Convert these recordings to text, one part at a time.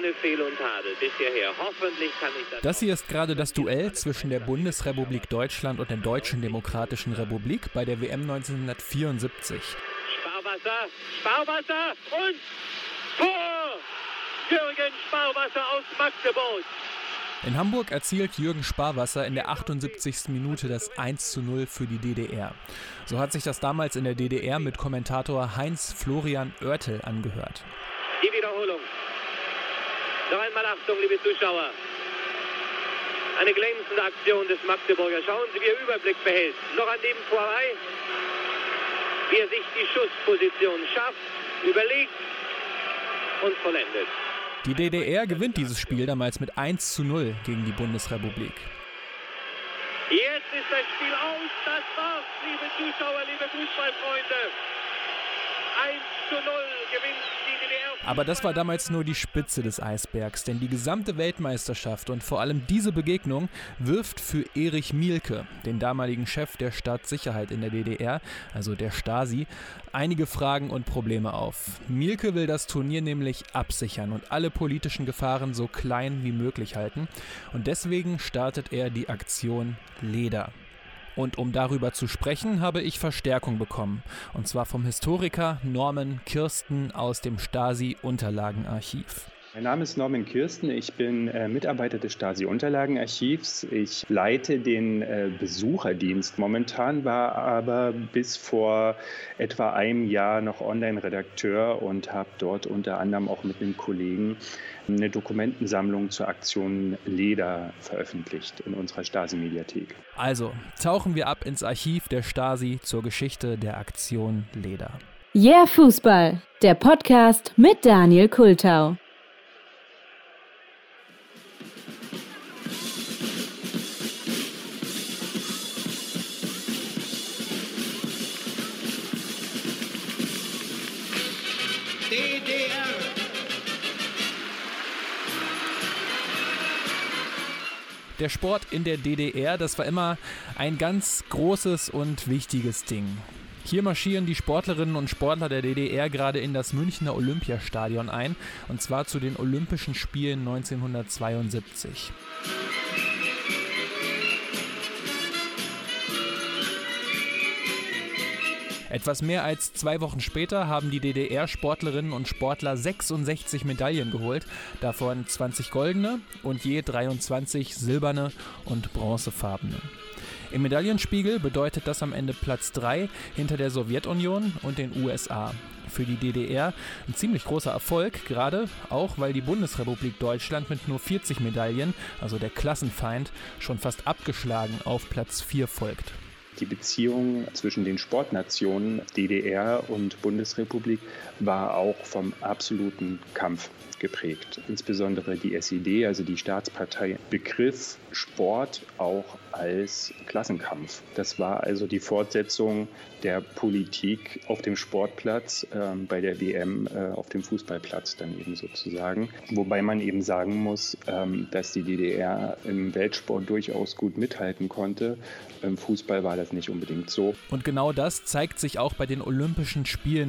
ohne Fehl und Tadel bis hierher. Hoffentlich kann ich Das hier ist gerade das Duell zwischen der Bundesrepublik Deutschland und der Deutschen Demokratischen Republik bei der WM 1974. Sparwasser und Tor! Jürgen Sparwasser aus Magdeburg. In Hamburg erzielt Jürgen Sparwasser in der 78. Minute das 1:0 für die DDR. So hat sich das damals in der DDR mit Kommentator Heinz-Florian Oertel angehört. Die Wiederholung. Noch einmal Achtung, liebe Zuschauer. Eine glänzende Aktion des Magdeburger. Schauen Sie, wie er Überblick behält. Noch an dem vorbei. Wie er sich die Schussposition schafft, überlegt und vollendet. Die DDR gewinnt dieses Spiel damals mit 1:0 gegen die Bundesrepublik. Jetzt ist das Spiel aus. Das war's, liebe Zuschauer, liebe Fußballfreunde. 1:0 gewinnt die DDR. Aber das war damals nur die Spitze des Eisbergs, denn die gesamte Weltmeisterschaft und vor allem diese Begegnung wirft für Erich Mielke, den damaligen Chef der Staatssicherheit in der DDR, also der Stasi, einige Fragen und Probleme auf. Mielke will das Turnier nämlich absichern und alle politischen Gefahren so klein wie möglich halten. Und deswegen startet er die Aktion Leder. Und um darüber zu sprechen, habe ich Verstärkung bekommen. Und zwar vom Historiker Norman Kirsten aus dem Stasi-Unterlagenarchiv. Mein Name ist Norman Kirsten, ich bin Mitarbeiter des Stasi-Unterlagenarchivs. Ich leite den Besucherdienst momentan, war aber bis vor etwa einem Jahr noch Online-Redakteur und habe dort unter anderem auch mit einem Kollegen eine Dokumentensammlung zur Aktion Leder veröffentlicht in unserer Stasi-Mediathek. Also, tauchen wir ab ins Archiv der Stasi zur Geschichte der Aktion Leder. Yeah, Fußball, der Podcast mit Daniel Kultau. DDR. Der Sport in der DDR, das war immer ein ganz großes und wichtiges Ding. Hier marschieren die Sportlerinnen und Sportler der DDR gerade in das Münchner Olympiastadion ein, und zwar zu den Olympischen Spielen 1972. Etwas mehr als 2 Wochen später haben die DDR-Sportlerinnen und Sportler 66 Medaillen geholt, davon 20 goldene und je 23 silberne und bronzefarbene. Im Medaillenspiegel bedeutet das am Ende Platz 3 hinter der Sowjetunion und den USA. Für die DDR ein ziemlich großer Erfolg, gerade auch, weil die Bundesrepublik Deutschland mit nur 40 Medaillen, also der Klassenfeind, schon fast abgeschlagen auf Platz 4 folgt. Die Beziehung zwischen den Sportnationen DDR und Bundesrepublik war auch vom absoluten Kampf geprägt. Insbesondere die SED, also die Staatspartei, begriff Sport auch als Klassenkampf. Das war also die Fortsetzung der Politik auf dem Sportplatz, bei der WM auf dem Fußballplatz dann eben sozusagen. Wobei man eben sagen muss, dass die DDR im Weltsport durchaus gut mithalten konnte. Im Fußball war das nicht unbedingt so. Und genau das zeigt sich auch bei den Olympischen Spielen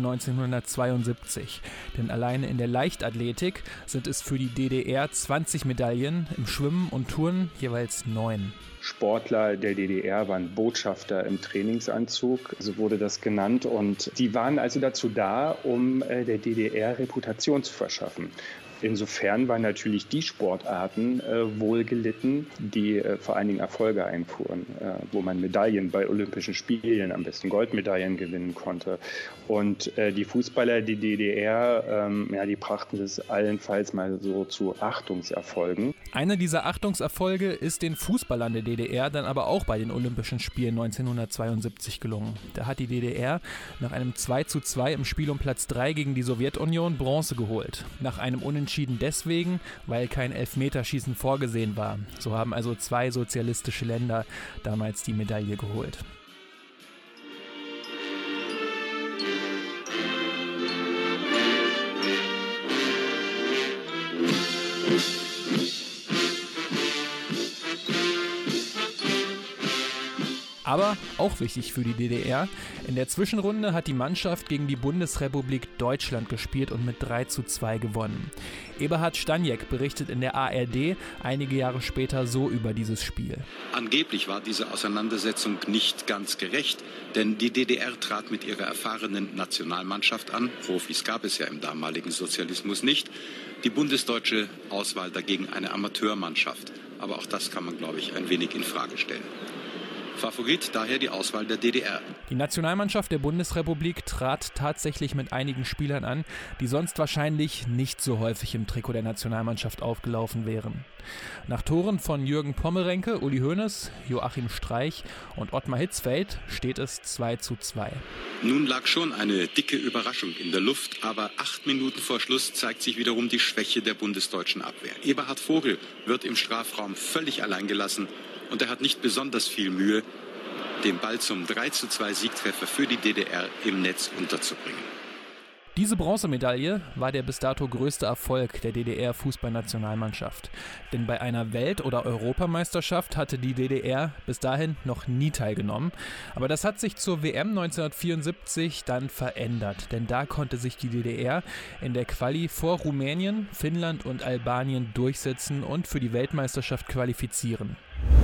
1972. Denn alleine in der Leichtathletik sind es für die DDR 20 Medaillen, im Schwimmen und Turnen jeweils 9. Sportler der DDR waren Botschafter im Trainingsanzug, so wurde das genannt. Und die waren also dazu da, um der DDR Reputation zu verschaffen. Insofern waren natürlich die Sportarten wohl gelitten, die vor allen Dingen Erfolge einfuhren, wo man Medaillen bei Olympischen Spielen, am besten Goldmedaillen gewinnen konnte. Und die Fußballer der DDR, die brachten es allenfalls mal so zu Achtungserfolgen. Einer dieser Achtungserfolge ist den Fußballern der DDR dann aber auch bei den Olympischen Spielen 1972 gelungen. Da hat die DDR nach einem 2:2 im Spiel um Platz 3 gegen die Sowjetunion Bronze geholt. Nach einem Unentschieden deswegen, weil kein Elfmeterschießen vorgesehen war. So haben also 2 sozialistische Länder damals die Medaille geholt. Aber auch wichtig für die DDR, in der Zwischenrunde hat die Mannschaft gegen die Bundesrepublik Deutschland gespielt und mit 3:2 gewonnen. Eberhard Staniek berichtet in der ARD einige Jahre später so über dieses Spiel. Angeblich war diese Auseinandersetzung nicht ganz gerecht, denn die DDR trat mit ihrer erfahrenen Nationalmannschaft an. Profis gab es ja im damaligen Sozialismus nicht. Die bundesdeutsche Auswahl dagegen eine Amateurmannschaft. Aber auch das kann man, glaube ich, ein wenig in Frage stellen. Favorit daher die Auswahl der DDR. Die Nationalmannschaft der Bundesrepublik trat tatsächlich mit einigen Spielern an, die sonst wahrscheinlich nicht so häufig im Trikot der Nationalmannschaft aufgelaufen wären. Nach Toren von Jürgen Pommerenke, Uli Hoeneß, Joachim Streich und Ottmar Hitzfeld steht es 2:2. Nun lag schon eine dicke Überraschung in der Luft, aber 8 Minuten vor Schluss zeigt sich wiederum die Schwäche der bundesdeutschen Abwehr. Eberhard Vogel wird im Strafraum völlig allein gelassen. Und er hat nicht besonders viel Mühe, den Ball zum 3:2 Siegtreffer für die DDR im Netz unterzubringen. Diese Bronzemedaille war der bis dato größte Erfolg der DDR-Fußballnationalmannschaft. Denn bei einer Welt- oder Europameisterschaft hatte die DDR bis dahin noch nie teilgenommen. Aber das hat sich zur WM 1974 dann verändert. Denn da konnte sich die DDR in der Quali vor Rumänien, Finnland und Albanien durchsetzen und für die Weltmeisterschaft qualifizieren.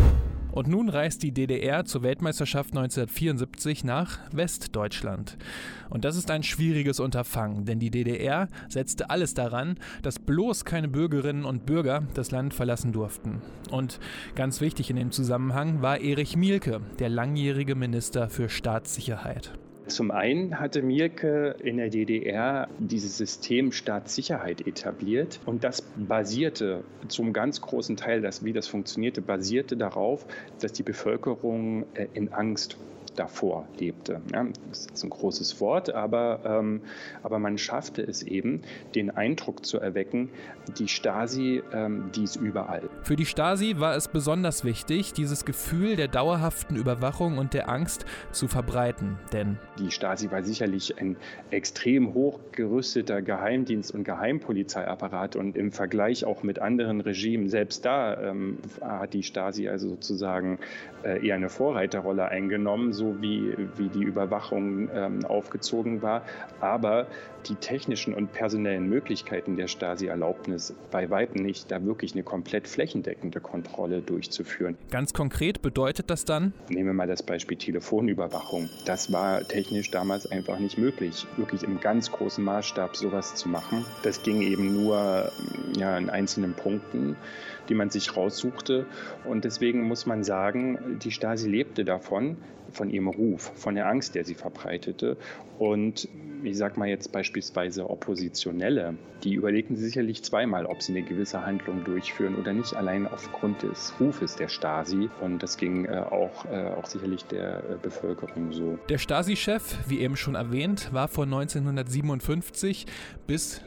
Und nun reist die DDR zur Weltmeisterschaft 1974 nach Westdeutschland. Und das ist ein schwieriges Unterfangen, denn die DDR setzte alles daran, dass bloß keine Bürgerinnen und Bürger das Land verlassen durften. Und ganz wichtig in dem Zusammenhang war Erich Mielke, der langjährige Minister für Staatssicherheit. Zum einen hatte Mielke in der DDR dieses System Staatssicherheit etabliert und das basierte zum ganz großen Teil, wie das funktionierte, basierte darauf, dass die Bevölkerung in Angst davor lebte. Ja, das ist ein großes Wort, aber man schaffte es eben, den Eindruck zu erwecken, die Stasi, die ist überall. Für die Stasi war es besonders wichtig, dieses Gefühl der dauerhaften Überwachung und der Angst zu verbreiten, denn die Stasi war sicherlich ein extrem hochgerüsteter Geheimdienst- und Geheimpolizeiapparat und im Vergleich auch mit anderen Regimen, selbst da hat die Stasi also sozusagen eher eine Vorreiterrolle eingenommen, so wie die Überwachung aufgezogen war. Aber die technischen und personellen Möglichkeiten der Stasi erlaubten es bei weitem nicht, da wirklich eine komplett flächendeckende Kontrolle durchzuführen. Ganz konkret bedeutet das dann? Nehmen wir mal das Beispiel Telefonüberwachung. Das war technisch damals einfach nicht möglich, wirklich im ganz großen Maßstab sowas zu machen. Das ging eben nur in einzelnen Punkten, die man sich raussuchte. Und deswegen muss man sagen, die Stasi lebte davon, von ihrem Ruf, von der Angst, der sie verbreitete. Und ich sage mal jetzt beispielsweise Oppositionelle, die überlegten sicherlich zweimal, ob sie eine gewisse Handlung durchführen oder nicht, allein aufgrund des Rufes der Stasi. Und das ging auch sicherlich der Bevölkerung so. Der Stasi-Chef, wie eben schon erwähnt, war von 1957 bis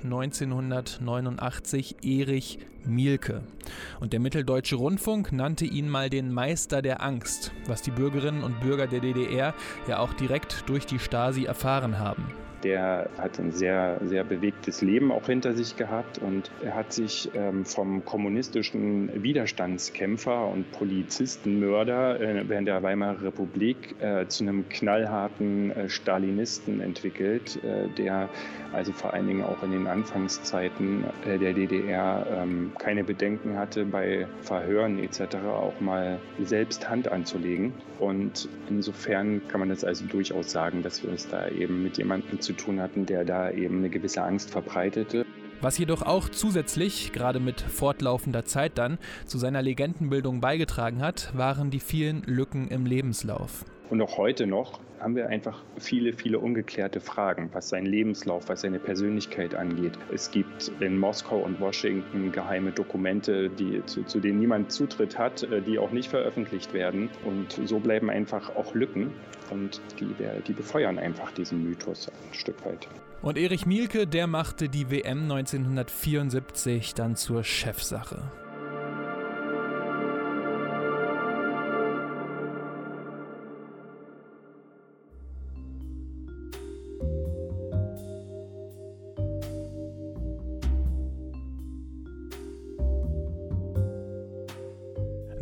1989 Erich Mielke. Und der Mitteldeutsche Rundfunk nannte ihn mal den Meister der Angst, was die Bürgerinnen und Bürger der DDR ja auch direkt durch die Stasi erfahren haben. Der hat ein sehr, sehr bewegtes Leben auch hinter sich gehabt und er hat sich vom kommunistischen Widerstandskämpfer und Polizistenmörder während der Weimarer Republik zu einem knallharten Stalinisten entwickelt, der also vor allen Dingen auch in den Anfangszeiten der DDR keine Bedenken hatte, bei Verhören etc. auch mal selbst Hand anzulegen. Und insofern kann man das also durchaus sagen, dass wir es da eben mit jemandem zu tun hatten, der da eben eine gewisse Angst verbreitete. Was jedoch auch zusätzlich, gerade mit fortlaufender Zeit dann, zu seiner Legendenbildung beigetragen hat, waren die vielen Lücken im Lebenslauf. Und auch heute noch haben wir einfach viele, viele ungeklärte Fragen, was seinen Lebenslauf, was seine Persönlichkeit angeht. Es gibt in Moskau und Washington geheime Dokumente, zu denen niemand Zutritt hat, die auch nicht veröffentlicht werden. Und so bleiben einfach auch Lücken und die befeuern einfach diesen Mythos ein Stück weit. Und Erich Mielke, der machte die WM 1974 dann zur Chefsache.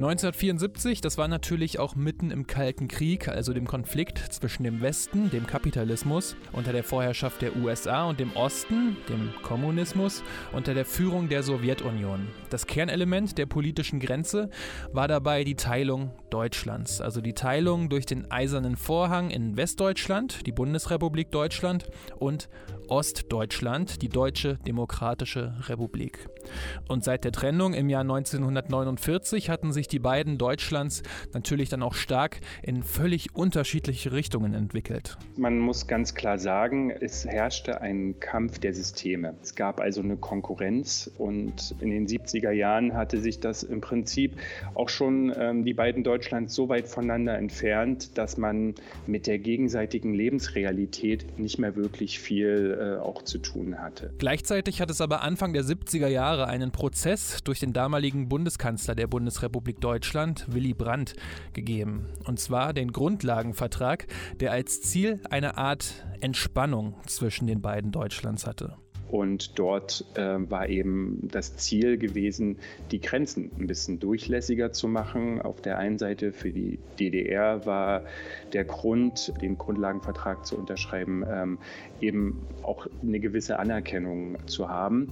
1974, das war natürlich auch mitten im Kalten Krieg, also dem Konflikt zwischen dem Westen, dem Kapitalismus, unter der Vorherrschaft der USA und dem Osten, dem Kommunismus, unter der Führung der Sowjetunion. Das Kernelement der politischen Grenze war dabei die Teilung Deutschlands, also die Teilung durch den Eisernen Vorhang in Westdeutschland, die Bundesrepublik Deutschland, und Ostdeutschland, die Deutsche Demokratische Republik. Und seit der Trennung im Jahr 1949 hatten sich die beiden Deutschlands natürlich dann auch stark in völlig unterschiedliche Richtungen entwickelt. Man muss ganz klar sagen, es herrschte ein Kampf der Systeme. Es gab also eine Konkurrenz und in den 70er Jahren hatte sich das im Prinzip auch schon die beiden Deutschlands so weit voneinander entfernt, dass man mit der gegenseitigen Lebensrealität nicht mehr wirklich viel auch zu tun hatte. Gleichzeitig hat es aber Anfang der 70er Jahre einen Prozess durch den damaligen Bundeskanzler der Bundesrepublik Deutschland, Willy Brandt, gegeben. Und zwar den Grundlagenvertrag, der als Ziel eine Art Entspannung zwischen den beiden Deutschlands hatte. Und dort war eben das Ziel gewesen, die Grenzen ein bisschen durchlässiger zu machen. Auf der einen Seite für die DDR war der Grund, den Grundlagenvertrag zu unterschreiben, eben auch eine gewisse Anerkennung zu haben.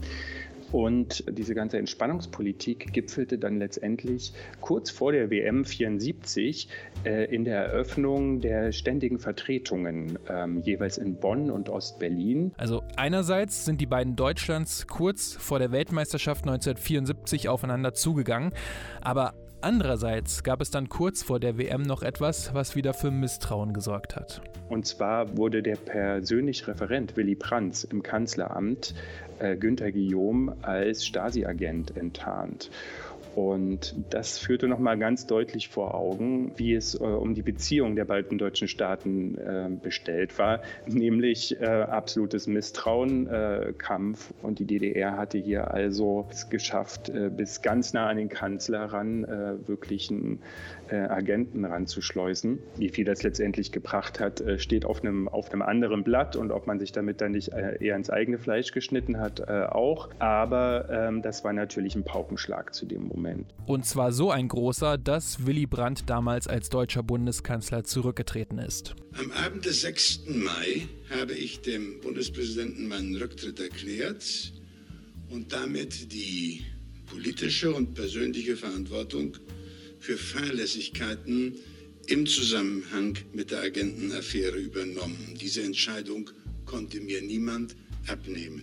Und diese ganze Entspannungspolitik gipfelte dann letztendlich kurz vor der WM 74 in der Eröffnung der ständigen Vertretungen, jeweils in Bonn und Ostberlin. Also einerseits sind die beiden Deutschlands kurz vor der Weltmeisterschaft 1974 aufeinander zugegangen, aber andererseits gab es dann kurz vor der WM noch etwas, was wieder für Misstrauen gesorgt hat. Und zwar wurde der persönliche Referent Willy Brandt im Kanzleramt Günther Guillaume als Stasi-Agent enttarnt. Und das führte nochmal ganz deutlich vor Augen, wie es um die Beziehung der beiden deutschen Staaten bestellt war, nämlich absolutes Misstrauen, Kampf. Und die DDR hatte hier also es geschafft, bis ganz nah an den Kanzler ran, wirklich einen Agenten ranzuschleusen. Wie viel das letztendlich gebracht hat, steht auf einem anderen Blatt, und ob man sich damit dann nicht eher ins eigene Fleisch geschnitten hat, auch. Aber das war natürlich ein Paukenschlag zu dem Moment. Und zwar so ein großer, dass Willy Brandt damals als deutscher Bundeskanzler zurückgetreten ist. Am Abend des 6. Mai habe ich dem Bundespräsidenten meinen Rücktritt erklärt und damit die politische und persönliche Verantwortung für Fahrlässigkeiten im Zusammenhang mit der Agentenaffäre übernommen. Diese Entscheidung konnte mir niemand abnehmen.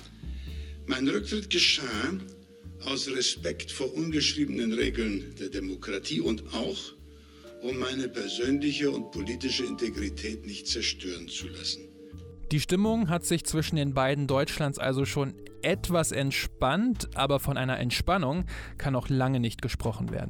Mein Rücktritt geschah aus Respekt vor ungeschriebenen Regeln der Demokratie und auch, um meine persönliche und politische Integrität nicht zerstören zu lassen. Die Stimmung hat sich zwischen den beiden Deutschlands also schon etwas entspannt, aber von einer Entspannung kann noch lange nicht gesprochen werden.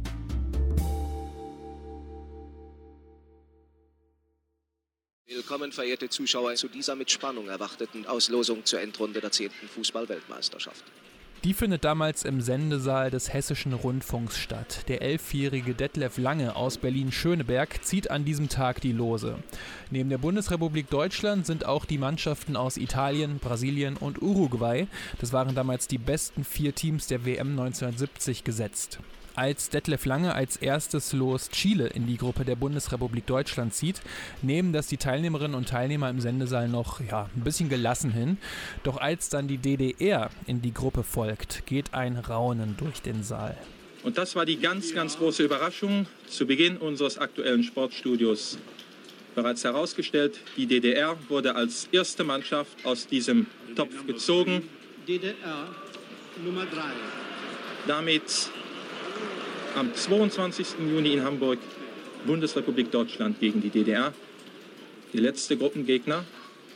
Willkommen, verehrte Zuschauer, zu dieser mit Spannung erwarteten Auslosung zur Endrunde der 10. Fußball-Weltmeisterschaft. Die findet damals im Sendesaal des Hessischen Rundfunks statt. Der 11-jährige Detlef Lange aus Berlin-Schöneberg zieht an diesem Tag die Lose. Neben der Bundesrepublik Deutschland sind auch die Mannschaften aus Italien, Brasilien und Uruguay, das waren damals die besten 4 Teams der WM 1970, gesetzt. Als Detlef Lange als erstes Los Chile in die Gruppe der Bundesrepublik Deutschland zieht, nehmen das die Teilnehmerinnen und Teilnehmer im Sendesaal noch ein bisschen gelassen hin. Doch als dann die DDR in die Gruppe folgt, geht ein Raunen durch den Saal. Und das war die ganz, ganz große Überraschung zu Beginn unseres aktuellen Sportstudios. Bereits herausgestellt, die DDR wurde als erste Mannschaft aus diesem Topf gezogen. DDR Nummer 3. Damit am 22. Juni in Hamburg, Bundesrepublik Deutschland gegen die DDR. Die letzte Gruppengegner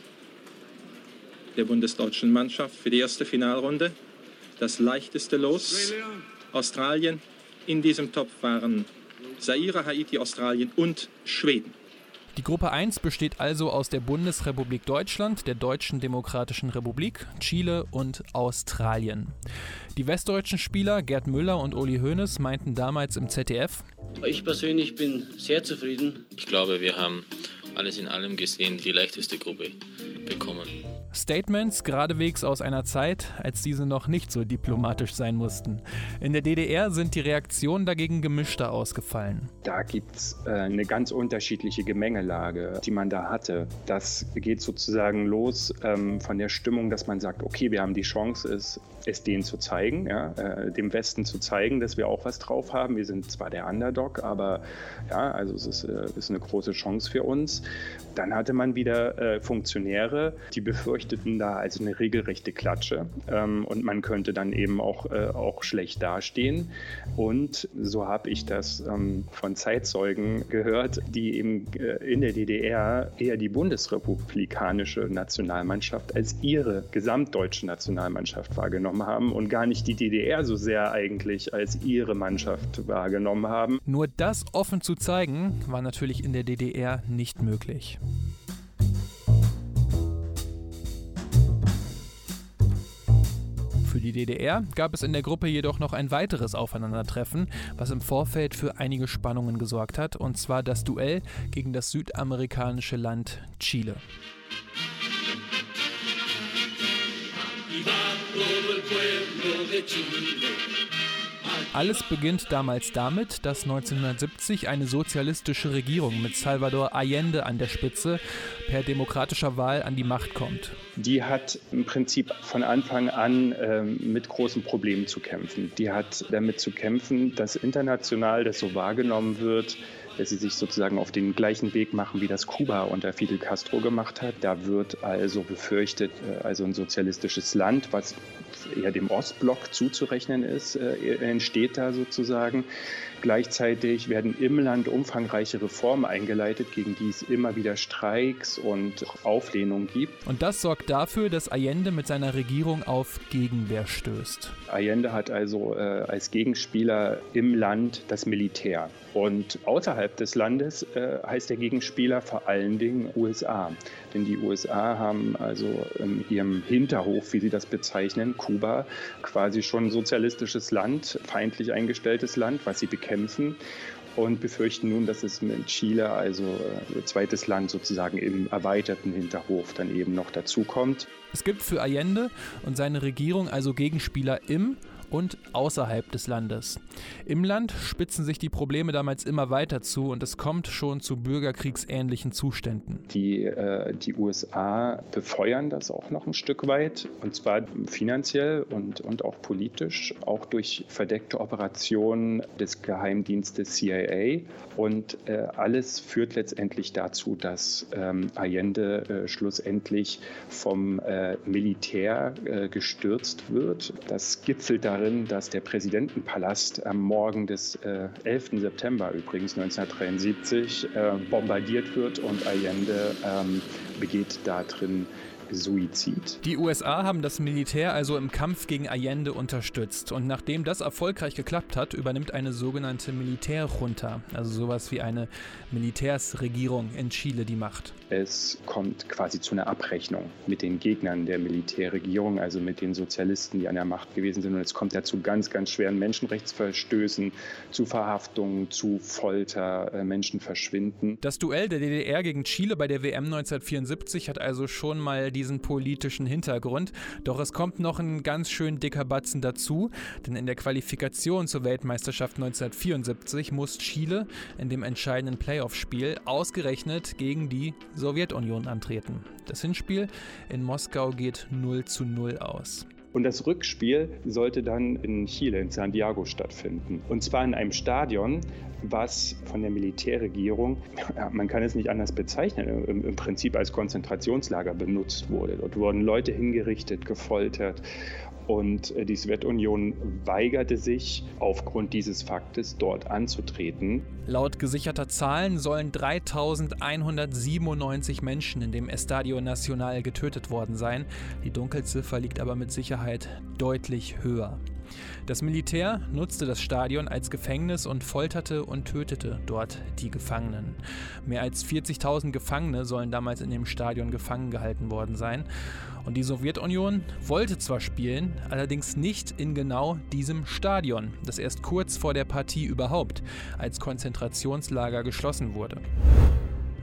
der bundesdeutschen Mannschaft für die erste Finalrunde. Das leichteste Los. Australien. In diesem Topf waren Zaire, Haiti, Australien und Schweden. Die Gruppe 1 besteht also aus der Bundesrepublik Deutschland, der Deutschen Demokratischen Republik, Chile und Australien. Die westdeutschen Spieler Gerd Müller und Uli Hoeneß meinten damals im ZDF: Ich persönlich bin sehr zufrieden. Ich glaube, wir haben alles in allem gesehen die leichteste Gruppe bekommen. Statements geradewegs aus einer Zeit, als diese noch nicht so diplomatisch sein mussten. In der DDR sind die Reaktionen dagegen gemischter ausgefallen. Da gibt es eine ganz unterschiedliche Gemengelage, die man da hatte. Das geht sozusagen los von der Stimmung, dass man sagt, okay, wir haben die Chance, es denen zu zeigen, ja, dem Westen zu zeigen, dass wir auch was drauf haben. Wir sind zwar der Underdog, aber ja, also es ist eine große Chance für uns. Dann hatte man wieder Funktionäre, die befürchteten da also eine regelrechte Klatsche und man könnte dann eben auch schlecht dastehen. Und so habe ich das von Zeitzeugen gehört, die eben in der DDR eher die bundesrepublikanische Nationalmannschaft als ihre gesamtdeutsche Nationalmannschaft wahrgenommen haben und gar nicht die DDR so sehr eigentlich als ihre Mannschaft wahrgenommen haben. Nur das offen zu zeigen, war natürlich in der DDR nicht möglich. Für die DDR gab es in der Gruppe jedoch noch ein weiteres Aufeinandertreffen, was im Vorfeld für einige Spannungen gesorgt hat, und zwar das Duell gegen das südamerikanische Land Chile. Alles beginnt damals damit, dass 1970 eine sozialistische Regierung mit Salvador Allende an der Spitze per demokratischer Wahl an die Macht kommt. Die hat im Prinzip von Anfang an mit großen Problemen zu kämpfen. Die hat damit zu kämpfen, dass international das so wahrgenommen wird, dass sie sich sozusagen auf den gleichen Weg machen, wie das Kuba unter Fidel Castro gemacht hat. Da wird also befürchtet, also ein sozialistisches Land, was eher dem Ostblock zuzurechnen ist, entsteht da sozusagen. Gleichzeitig werden im Land umfangreiche Reformen eingeleitet, gegen die es immer wieder Streiks und Auflehnung gibt. Und das sorgt dafür, dass Allende mit seiner Regierung auf Gegenwehr stößt. Allende hat also als Gegenspieler im Land das Militär. Und außerhalb des Landes heißt der Gegenspieler vor allen Dingen USA. Denn die USA haben also in ihrem Hinterhof, wie sie das bezeichnen, Kuba, quasi schon ein sozialistisches Land, feindlich eingestelltes Land, was sie bekämpfen. Und befürchten nun, dass es mit Chile, also ein zweites Land sozusagen im erweiterten Hinterhof dann eben noch dazukommt. Es gibt für Allende und seine Regierung also Gegenspieler im und außerhalb des Landes. Im Land spitzen sich die Probleme damals immer weiter zu und es kommt schon zu bürgerkriegsähnlichen Zuständen. Die USA befeuern das auch noch ein Stück weit, und zwar finanziell und auch politisch, auch durch verdeckte Operationen des Geheimdienstes CIA. Und alles führt letztendlich dazu, dass Allende schlussendlich vom Militär gestürzt wird. Das gipfelt darin, dass der Präsidentenpalast am Morgen des 11. September übrigens 1973 bombardiert wird und Allende begeht da drin Suizid. Die USA haben das Militär also im Kampf gegen Allende unterstützt. Und nachdem das erfolgreich geklappt hat, übernimmt eine sogenannte Militärjunta, also sowas wie eine Militärsregierung in Chile, die Macht. Es kommt quasi zu einer Abrechnung mit den Gegnern der Militärregierung, also mit den Sozialisten, die an der Macht gewesen sind. Und es kommt ja zu ganz, ganz schweren Menschenrechtsverstößen, zu Verhaftungen, zu Folter, Menschen verschwinden. Das Duell der DDR gegen Chile bei der WM 1974 hat also schon mal diesen politischen Hintergrund. Doch es kommt noch ein ganz schön dicker Batzen dazu, denn in der Qualifikation zur Weltmeisterschaft 1974 muss Chile in dem entscheidenden Playoff-Spiel ausgerechnet gegen die Sowjetunion antreten. Das Hinspiel in Moskau geht 0:0 aus. Und das Rückspiel sollte dann in Chile, in Santiago stattfinden. Und zwar in einem Stadion, was von der Militärregierung, man kann es nicht anders bezeichnen, im Prinzip als Konzentrationslager benutzt wurde. Dort wurden Leute hingerichtet, gefoltert. Und die Sowjetunion weigerte sich, aufgrund dieses Faktes dort anzutreten. Laut gesicherter Zahlen sollen 3.197 Menschen in dem Estadio Nacional getötet worden sein. Die Dunkelziffer liegt aber mit Sicherheit deutlich höher. Das Militär nutzte das Stadion als Gefängnis und folterte und tötete dort die Gefangenen. Mehr als 40.000 Gefangene sollen damals in dem Stadion gefangen gehalten worden sein. Und die Sowjetunion wollte zwar spielen, allerdings nicht in genau diesem Stadion, das erst kurz vor der Partie überhaupt als Konzentrationslager geschlossen wurde.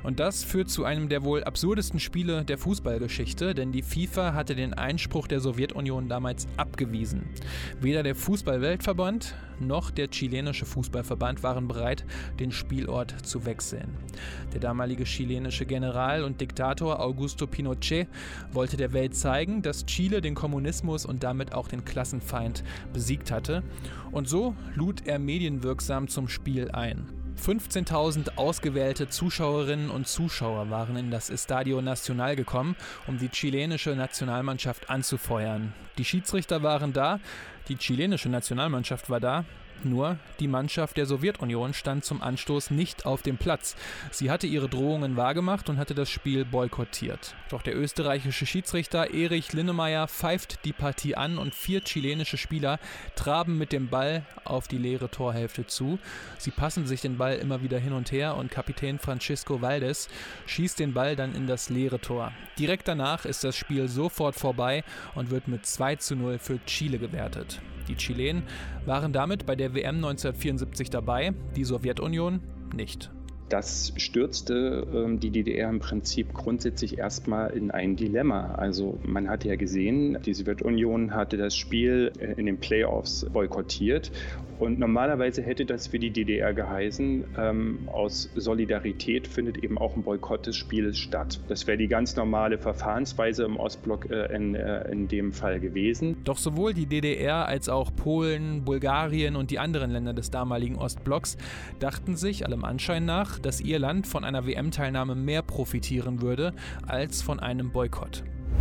Und das führt zu einem der wohl absurdesten Spiele der Fußballgeschichte, denn die FIFA hatte den Einspruch der Sowjetunion damals abgewiesen. Weder der Fußball-Weltverband noch der chilenische Fußballverband waren bereit, den Spielort zu wechseln. Der damalige chilenische General und Diktator Augusto Pinochet wollte der Welt zeigen, dass Chile den Kommunismus und damit auch den Klassenfeind besiegt hatte. Und so lud er medienwirksam zum Spiel ein. 15.000 ausgewählte Zuschauerinnen und Zuschauer waren in das Estadio Nacional gekommen, um die chilenische Nationalmannschaft anzufeuern. Die Schiedsrichter waren da, die chilenische Nationalmannschaft war da, nur die Mannschaft der Sowjetunion stand zum Anstoß nicht auf dem Platz. Sie hatte ihre Drohungen wahrgemacht und hatte das Spiel boykottiert. Doch der österreichische Schiedsrichter Erich Linnemeyer pfeift die Partie an und 4 chilenische Spieler traben mit dem Ball auf die leere Torhälfte zu. Sie passen sich den Ball immer wieder hin und her und Kapitän Francisco Valdés schießt den Ball dann in das leere Tor. Direkt danach ist das Spiel sofort vorbei und wird mit 2:0 für Chile gewertet. Die Chilenen waren damit bei der WM 1974 dabei, die Sowjetunion nicht. Das stürzte die DDR im Prinzip grundsätzlich erstmal in ein Dilemma. Also man hat ja gesehen, die Sowjetunion hatte das Spiel in den Playoffs boykottiert und normalerweise hätte das für die DDR geheißen, aus Solidarität findet eben auch ein Boykott des Spiels statt. Das wäre die ganz normale Verfahrensweise im Ostblock in dem Fall gewesen. Doch sowohl die DDR als auch Polen, Bulgarien und die anderen Länder des damaligen Ostblocks dachten sich allem Anschein nach, dass ihr Land von einer WM-Teilnahme mehr profitieren würde als von einem Boykott.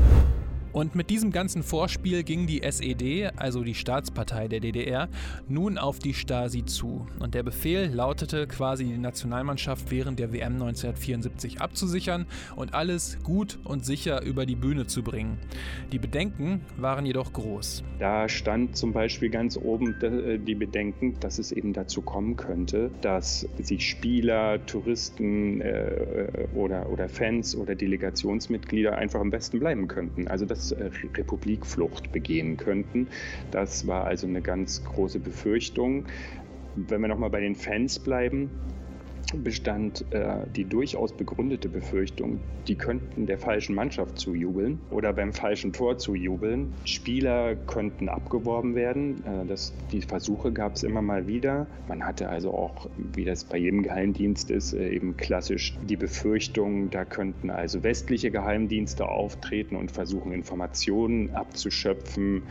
Und mit diesem ganzen Vorspiel ging die SED, also die Staatspartei der DDR, nun auf die Stasi zu. Und der Befehl lautete quasi, die Nationalmannschaft während der WM 1974 abzusichern und alles gut und sicher über die Bühne zu bringen. Die Bedenken waren jedoch groß. Da stand zum Beispiel ganz oben die Bedenken, dass es eben dazu kommen könnte, dass sich Spieler, Touristen oder Fans oder Delegationsmitglieder einfach im Westen bleiben könnten. Also dass Republikflucht begehen könnten. Das war also eine ganz große Befürchtung. Wenn wir nochmal bei den Fans bleiben, bestand die durchaus begründete Befürchtung, die könnten der falschen Mannschaft zujubeln oder beim falschen Tor zujubeln. Spieler könnten abgeworben werden. Die Versuche gab es immer mal wieder. Man hatte also auch, wie das bei jedem Geheimdienst ist, eben klassisch die Befürchtung, da könnten also westliche Geheimdienste auftreten und versuchen, Informationen abzuschöpfen.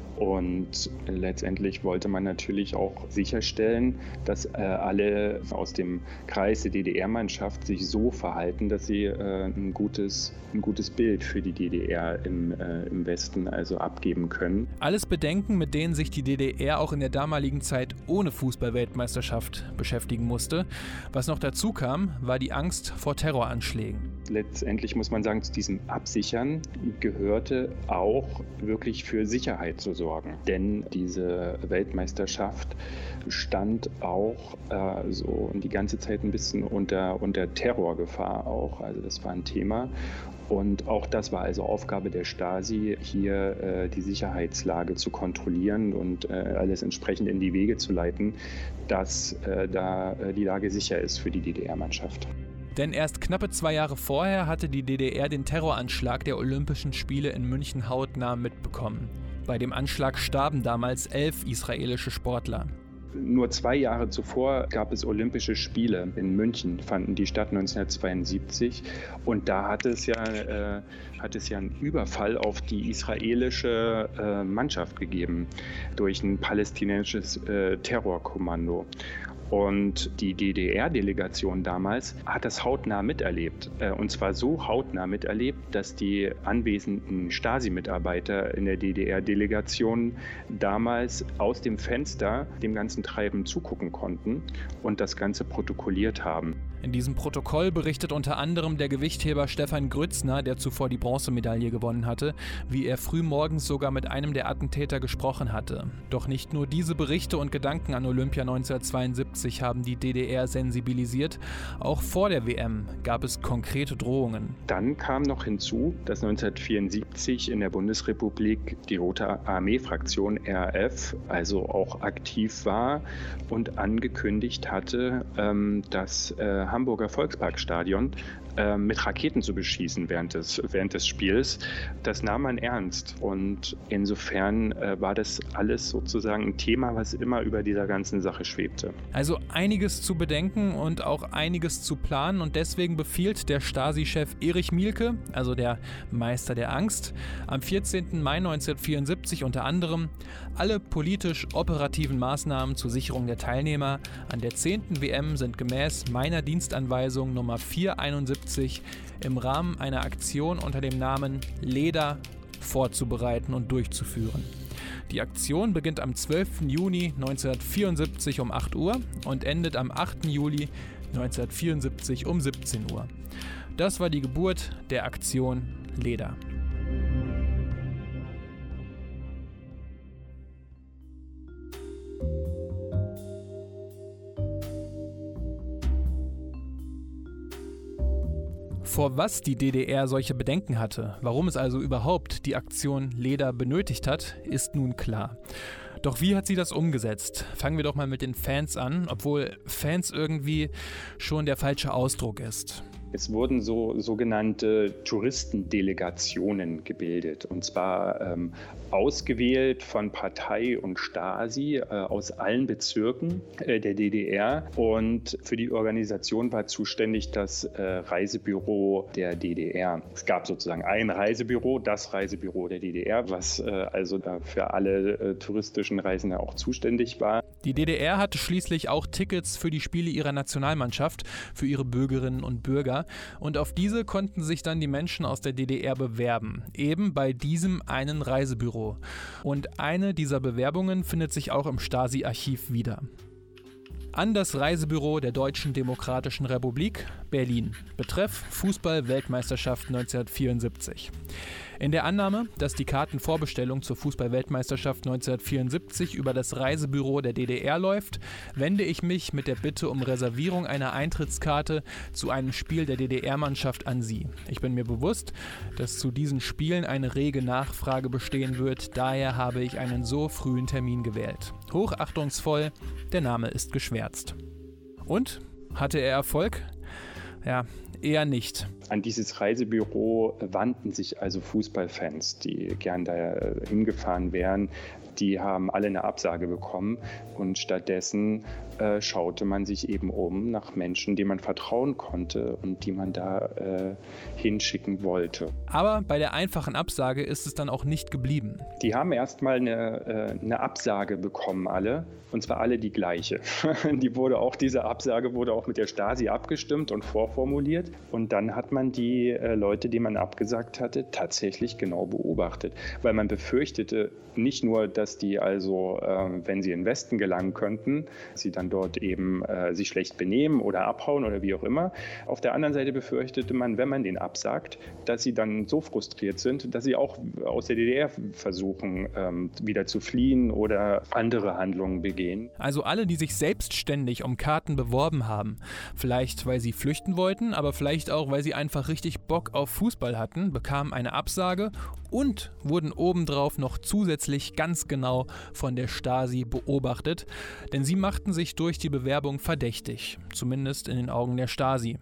Und letztendlich wollte man natürlich auch sicherstellen, dass alle aus dem Kreis der DDR-Mannschaft sich so verhalten, dass sie ein gutes Bild für die DDR im Westen also abgeben können. Alles Bedenken, mit denen sich die DDR auch in der damaligen Zeit ohne Fußball-Weltmeisterschaft beschäftigen musste. Was noch dazu kam, war die Angst vor Terroranschlägen. Letztendlich muss man sagen, zu diesem Absichern gehörte auch wirklich für Sicherheit zu sorgen. Denn diese Weltmeisterschaft stand auch so die ganze Zeit ein bisschen unter Terrorgefahr auch. Also das war ein Thema. Und auch das war also Aufgabe der Stasi, hier die Sicherheitslage zu kontrollieren und alles entsprechend in die Wege zu leiten, dass da die Lage sicher ist für die DDR-Mannschaft. Denn erst knappe 2 Jahre vorher hatte die DDR den Terroranschlag der Olympischen Spiele in München hautnah mitbekommen. Bei dem Anschlag starben damals 11 israelische Sportler. Nur 2 Jahre zuvor gab es Olympische Spiele in München, fanden die statt 1972. Und da hat es ja einen Überfall auf die israelische Mannschaft gegeben durch ein palästinensisches Terrorkommando. Und die DDR-Delegation damals hat das hautnah miterlebt. Und zwar so hautnah miterlebt, dass die anwesenden Stasi-Mitarbeiter in der DDR-Delegation damals aus dem Fenster dem ganzen Treiben zugucken konnten und das Ganze protokolliert haben. In diesem Protokoll berichtet unter anderem der Gewichtheber Stefan Grützner, der zuvor die Bronzemedaille gewonnen hatte, wie er frühmorgens sogar mit einem der Attentäter gesprochen hatte. Doch nicht nur diese Berichte und Gedanken an Olympia 1972 haben die DDR sensibilisiert. Auch vor der WM gab es konkrete Drohungen. Dann kam noch hinzu, dass 1974 in der Bundesrepublik die Rote Armee-Fraktion RAF also auch aktiv war und angekündigt hatte, dass Hamburger Volksparkstadion mit Raketen zu beschießen während des Spiels. Das nahm man ernst. Und insofern war das alles sozusagen ein Thema, was immer über dieser ganzen Sache schwebte. Also einiges zu bedenken und auch einiges zu planen. Und deswegen befiehlt der Stasi-Chef Erich Mielke, also der Meister der Angst, am 14. Mai 1974 unter anderem alle politisch-operativen Maßnahmen zur Sicherung der Teilnehmer an der 10. WM sind gemäß meiner Dienstanweisung Nummer 471 im Rahmen einer Aktion unter dem Namen LEDA vorzubereiten und durchzuführen. Die Aktion beginnt am 12. Juni 1974 um 8 Uhr und endet am 8. Juli 1974 um 17 Uhr. Das war die Geburt der Aktion LEDA. Vor was die DDR solche Bedenken hatte, warum es also überhaupt die Aktion LEDA benötigt hat, ist nun klar. Doch wie hat sie das umgesetzt? Fangen wir doch mal mit den Fans an, obwohl Fans irgendwie schon der falsche Ausdruck ist. Es wurden sogenannte Touristendelegationen gebildet, und zwar ausgewählt von Partei und Stasi aus allen Bezirken der DDR. Und für die Organisation war zuständig das Reisebüro der DDR. Es gab sozusagen ein Reisebüro, das Reisebüro der DDR, was also für alle touristischen Reisende auch zuständig war. Die DDR hatte schließlich auch Tickets für die Spiele ihrer Nationalmannschaft, für ihre Bürgerinnen und Bürger. Und auf diese konnten sich dann die Menschen aus der DDR bewerben, eben bei diesem einen Reisebüro. Und eine dieser Bewerbungen findet sich auch im Stasi-Archiv wieder. An das Reisebüro der Deutschen Demokratischen Republik, Berlin. Betreff Fußball-Weltmeisterschaft 1974. In der Annahme, dass die Kartenvorbestellung zur Fußball-Weltmeisterschaft 1974 über das Reisebüro der DDR läuft, wende ich mich mit der Bitte um Reservierung einer Eintrittskarte zu einem Spiel der DDR-Mannschaft an Sie. Ich bin mir bewusst, dass zu diesen Spielen eine rege Nachfrage bestehen wird, daher habe ich einen so frühen Termin gewählt. Hochachtungsvoll, der Name ist geschwärzt. Und? Hatte er Erfolg? Ja, eher nicht. An dieses Reisebüro wandten sich also Fußballfans, die gern da hingefahren wären. Die haben alle eine Absage bekommen und stattdessen schaute man sich eben um nach Menschen, denen man vertrauen konnte und die man da hinschicken wollte. Aber bei der einfachen Absage ist es dann auch nicht geblieben. Die haben erstmal eine Absage bekommen, alle, und zwar alle die gleiche. Diese Absage wurde auch mit der Stasi abgestimmt und vorformuliert, und dann hat man die Leute, die man abgesagt hatte, tatsächlich genau beobachtet, weil man befürchtete nicht nur, dass die also, wenn sie in den Westen gelangen könnten, sie dann dort eben sich schlecht benehmen oder abhauen oder wie auch immer. Auf der anderen Seite befürchtete man, wenn man den absagt, dass sie dann so frustriert sind, dass sie auch aus der DDR versuchen, wieder zu fliehen oder andere Handlungen begehen. Also alle, die sich selbstständig um Karten beworben haben, vielleicht weil sie flüchten wollten, aber vielleicht auch, weil sie einfach richtig Bock auf Fußball hatten, bekamen eine Absage und wurden obendrauf noch zusätzlich ganz genau von der Stasi beobachtet, denn sie machten sich durch die Bewerbung verdächtig, zumindest in den Augen der Stasi.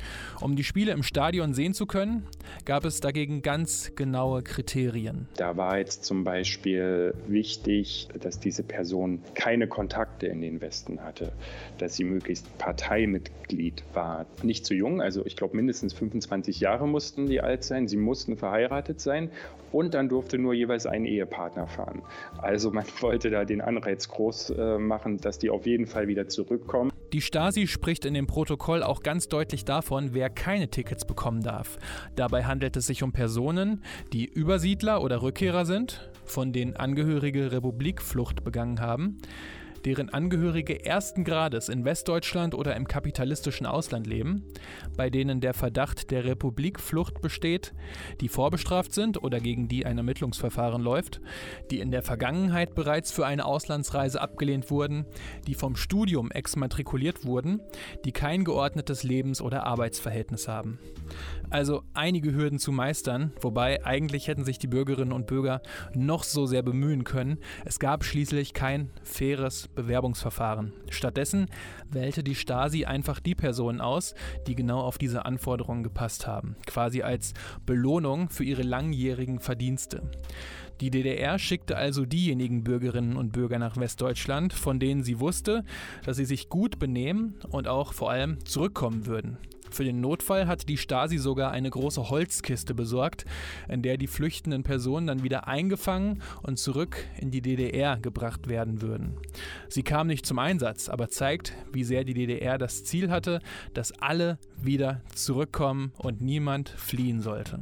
Um die Spiele im Stadion sehen zu können, gab es dagegen ganz genaue Kriterien. Da war jetzt zum Beispiel wichtig, dass diese Person keine Kontakte in den Westen hatte, dass sie möglichst Parteimitglied war. Nicht zu jung, also ich glaube mindestens 25 Jahre mussten die alt sein, sie mussten verheiratet sein und dann durfte nur jeweils ein Ehepartner fahren. Also man wollte da den Anreiz groß machen, dass die auf jeden Fall wieder zurückkommen. Die Stasi spricht in dem Protokoll auch ganz deutlich davon, wer keine Tickets bekommen darf. Dabei handelt es sich um Personen, die Übersiedler oder Rückkehrer sind, von denen Angehörige Republikflucht begangen haben, deren Angehörige ersten Grades in Westdeutschland oder im kapitalistischen Ausland leben, bei denen der Verdacht der Republikflucht besteht, die vorbestraft sind oder gegen die ein Ermittlungsverfahren läuft, die in der Vergangenheit bereits für eine Auslandsreise abgelehnt wurden, die vom Studium exmatrikuliert wurden, die kein geordnetes Lebens- oder Arbeitsverhältnis haben. Also einige Hürden zu meistern, wobei eigentlich hätten sich die Bürgerinnen und Bürger noch so sehr bemühen können. Es gab schließlich kein faires Bewerbungsverfahren. Stattdessen wählte die Stasi einfach die Personen aus, die genau auf diese Anforderungen gepasst haben, quasi als Belohnung für ihre langjährigen Verdienste. Die DDR schickte also diejenigen Bürgerinnen und Bürger nach Westdeutschland, von denen sie wusste, dass sie sich gut benehmen und auch vor allem zurückkommen würden. Für den Notfall hatte die Stasi sogar eine große Holzkiste besorgt, in der die flüchtenden Personen dann wieder eingefangen und zurück in die DDR gebracht werden würden. Sie kam nicht zum Einsatz, aber zeigt, wie sehr die DDR das Ziel hatte, dass alle wieder zurückkommen und niemand fliehen sollte.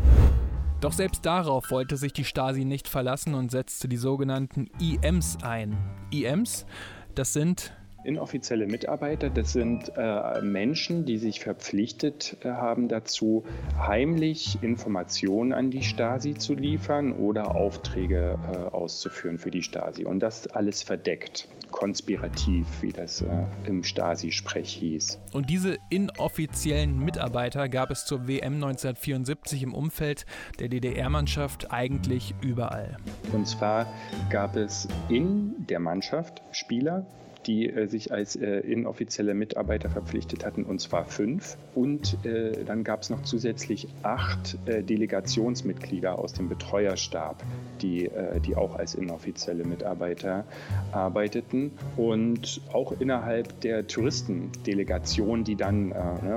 Doch selbst darauf wollte sich die Stasi nicht verlassen und setzte die sogenannten IMs ein. IMs, das sind inoffizielle Mitarbeiter, das sind Menschen, die sich verpflichtet haben dazu, heimlich Informationen an die Stasi zu liefern oder Aufträge auszuführen für die Stasi. Und das alles verdeckt, konspirativ, wie das im Stasi-Sprech hieß. Und diese inoffiziellen Mitarbeiter gab es zur WM 1974 im Umfeld der DDR-Mannschaft eigentlich überall. Und zwar gab es in der Mannschaft Spieler, die sich als inoffizielle Mitarbeiter verpflichtet hatten, und zwar 5. Und dann gab es noch zusätzlich 8 Delegationsmitglieder aus dem Betreuerstab, die auch als inoffizielle Mitarbeiter arbeiteten. Und auch innerhalb der Touristendelegation, die dann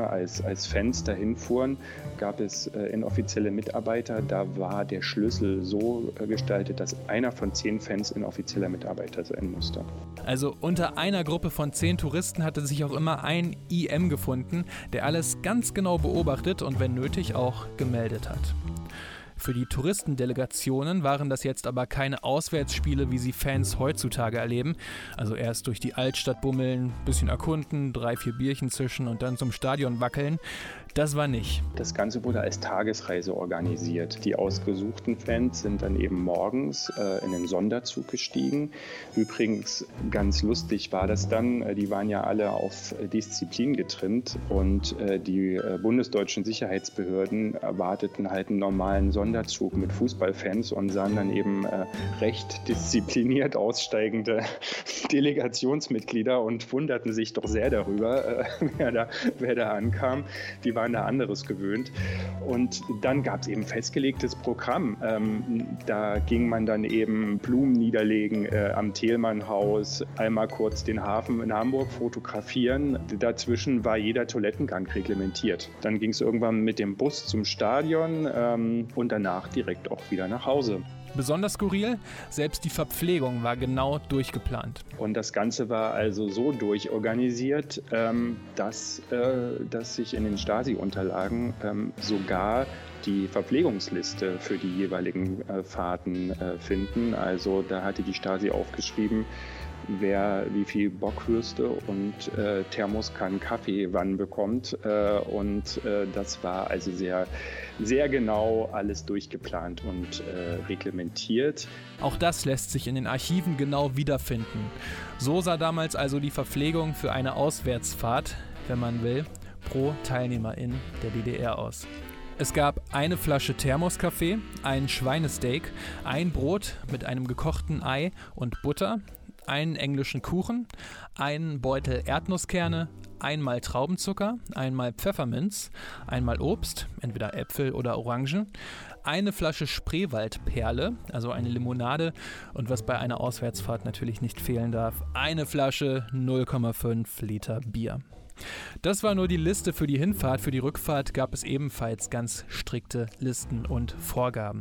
als Fans dahin fuhren, gab es inoffizielle Mitarbeiter. Da war der Schlüssel so gestaltet, dass einer von 10 Fans inoffizieller Mitarbeiter sein musste. Also unter einer Gruppe von 10 Touristen hatte sich auch immer ein IM gefunden, der alles ganz genau beobachtet und wenn nötig auch gemeldet hat. Für die Touristendelegationen waren das jetzt aber keine Auswärtsspiele, wie sie Fans heutzutage erleben. Also erst durch die Altstadt bummeln, bisschen erkunden, 3-4 Bierchen zischen und dann zum Stadion wackeln. Das war nicht. Das Ganze wurde als Tagesreise organisiert. Die ausgesuchten Fans sind dann eben morgens in den Sonderzug gestiegen. Übrigens, ganz lustig war das dann, die waren ja alle auf Disziplin getrimmt und die bundesdeutschen Sicherheitsbehörden erwarteten halt einen normalen Sonderzug mit Fußballfans und sahen dann eben recht diszipliniert aussteigende Delegationsmitglieder und wunderten sich doch sehr darüber, wer da ankam. Die waren da anderes gewöhnt. Und dann gab es eben festgelegtes Programm. Da ging man dann eben Blumen niederlegen am Thälmannhaus, einmal kurz den Hafen in Hamburg fotografieren. Dazwischen war jeder Toilettengang reglementiert. Dann ging es irgendwann mit dem Bus zum Stadion und danach direkt auch wieder nach Hause. Besonders skurril, selbst die Verpflegung war genau durchgeplant. Und das Ganze war also so durchorganisiert, dass sich in den Stasi-Unterlagen sogar die Verpflegungsliste für die jeweiligen Fahrten finden. Also da hatte die Stasi aufgeschrieben, wer wie viel Bockwürste und Thermoskannen Kaffee wann bekommt. Und das war also sehr, sehr genau alles durchgeplant und reglementiert. Auch das lässt sich in den Archiven genau wiederfinden. So sah damals also die Verpflegung für eine Auswärtsfahrt, wenn man will, pro Teilnehmerin der DDR aus. Es gab eine Flasche Thermoskaffee, ein Schweinesteak, ein Brot mit einem gekochten Ei und Butter, einen englischen Kuchen, einen Beutel Erdnusskerne, einmal Traubenzucker, einmal Pfefferminz, einmal Obst, entweder Äpfel oder Orangen, eine Flasche Spreewaldperle, also eine Limonade und was bei einer Auswärtsfahrt natürlich nicht fehlen darf, eine Flasche 0,5 Liter Bier. Das war nur die Liste für die Hinfahrt. Für die Rückfahrt gab es ebenfalls ganz strikte Listen und Vorgaben.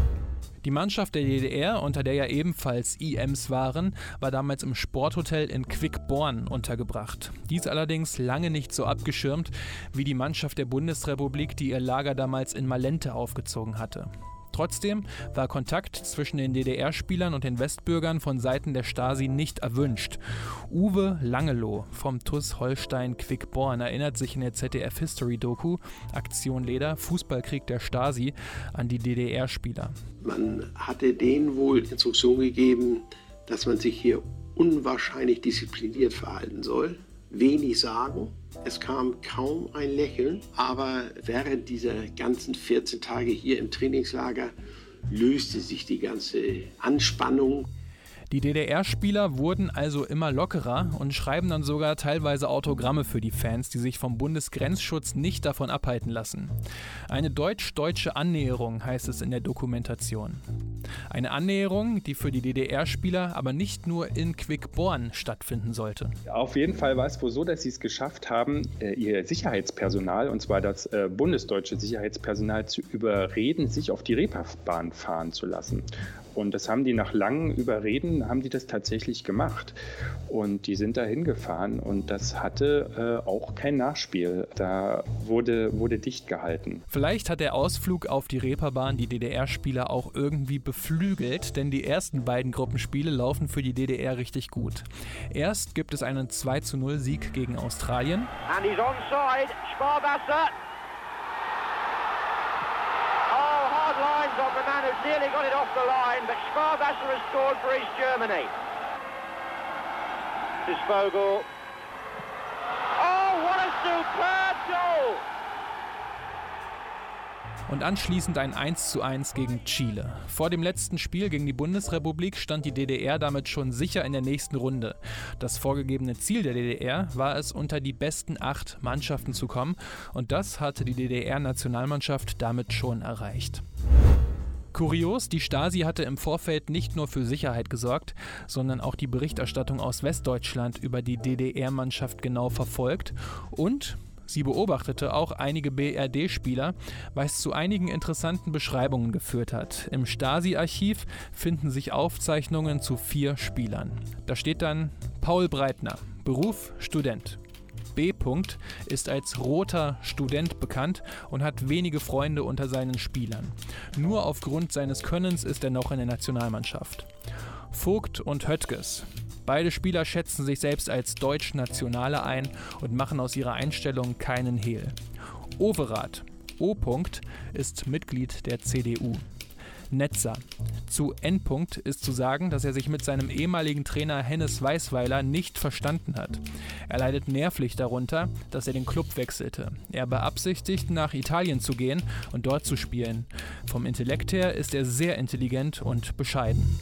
Die Mannschaft der DDR, unter der ja ebenfalls IMs waren, war damals im Sporthotel in Quickborn untergebracht. Dies allerdings lange nicht so abgeschirmt wie die Mannschaft der Bundesrepublik, die ihr Lager damals in Malente aufgezogen hatte. Trotzdem war Kontakt zwischen den DDR-Spielern und den Westbürgern von Seiten der Stasi nicht erwünscht. Uwe Langeloh vom TuS Holstein Quickborn erinnert sich in der ZDF-History-Doku Aktion Leder, Fußballkrieg der Stasi an die DDR-Spieler. Man hatte denen wohl Instruktion gegeben, dass man sich hier unwahrscheinlich diszipliniert verhalten soll. Wenig sagen, es kam kaum ein Lächeln, aber während dieser ganzen 14 Tage hier im Trainingslager löste sich die ganze Anspannung. Die DDR-Spieler wurden also immer lockerer und schreiben dann sogar teilweise Autogramme für die Fans, die sich vom Bundesgrenzschutz nicht davon abhalten lassen. Eine deutsch-deutsche Annäherung heißt es in der Dokumentation. Eine Annäherung, die für die DDR-Spieler aber nicht nur in Quickborn stattfinden sollte. Auf jeden Fall war es wohl so, dass sie es geschafft haben, ihr Sicherheitspersonal, und zwar das bundesdeutsche Sicherheitspersonal, zu überreden, sich auf die Reeperbahn fahren zu lassen. Und das haben die nach langen Überreden, haben die das tatsächlich gemacht. Und die sind da hingefahren und das hatte auch kein Nachspiel. Da wurde dicht gehalten. Vielleicht hat der Ausflug auf die Reeperbahn die DDR-Spieler auch irgendwie beflügelt, denn die ersten beiden Gruppenspiele laufen für die DDR richtig gut. Erst gibt es einen 2:0 Sieg gegen Australien. And he's onside, Sparwasser. Lines of the man who's nearly got it off the line, but Sparwasser has scored for East Germany. This is Vogel. Oh, what a superb goal! Und anschließend ein 1:1 gegen Chile. Vor dem letzten Spiel gegen die Bundesrepublik stand die DDR damit schon sicher in der nächsten Runde. Das vorgegebene Ziel der DDR war es, unter die besten 8 Mannschaften zu kommen, und das hatte die DDR-Nationalmannschaft damit schon erreicht. Kurios, die Stasi hatte im Vorfeld nicht nur für Sicherheit gesorgt, sondern auch die Berichterstattung aus Westdeutschland über die DDR-Mannschaft genau verfolgt und sie beobachtete auch einige BRD-Spieler, was zu einigen interessanten Beschreibungen geführt hat. Im Stasi-Archiv finden sich Aufzeichnungen zu 4 Spielern. Da steht dann Paul Breitner, Beruf Student. B. ist als roter Student bekannt und hat wenige Freunde unter seinen Spielern. Nur aufgrund seines Könnens ist er noch in der Nationalmannschaft. Vogt und Höttges. Beide Spieler schätzen sich selbst als Deutsch-Nationale ein und machen aus ihrer Einstellung keinen Hehl. Overath, O. ist Mitglied der CDU. Netzer. Zu N. ist zu sagen, dass er sich mit seinem ehemaligen Trainer Hennes Weisweiler nicht verstanden hat. Er leidet nervlich darunter, dass er den Club wechselte. Er beabsichtigt, nach Italien zu gehen und dort zu spielen. Vom Intellekt her ist er sehr intelligent und bescheiden.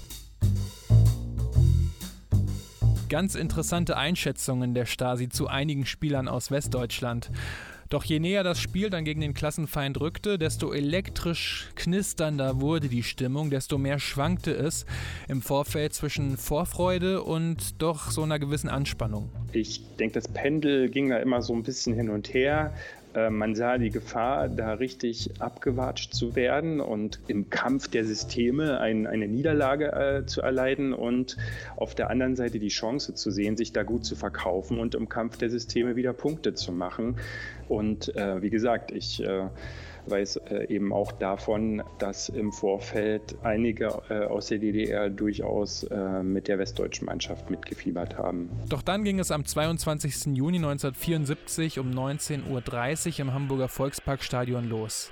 Ganz interessante Einschätzungen der Stasi zu einigen Spielern aus Westdeutschland. Doch je näher das Spiel dann gegen den Klassenfeind rückte, desto elektrisch knisternder wurde die Stimmung, desto mehr schwankte es im Vorfeld zwischen Vorfreude und doch so einer gewissen Anspannung. Ich denke, das Pendel ging da immer so ein bisschen hin und her. Man sah die Gefahr, da richtig abgewatscht zu werden und im Kampf der Systeme eine Niederlage zu erleiden und auf der anderen Seite die Chance zu sehen, sich da gut zu verkaufen und im Kampf der Systeme wieder Punkte zu machen. Und wie gesagt, ich weiß eben auch davon, dass im Vorfeld einige aus der DDR durchaus mit der westdeutschen Mannschaft mitgefiebert haben. Doch dann ging es am 22. Juni 1974 um 19:30 Uhr im Hamburger Volksparkstadion los.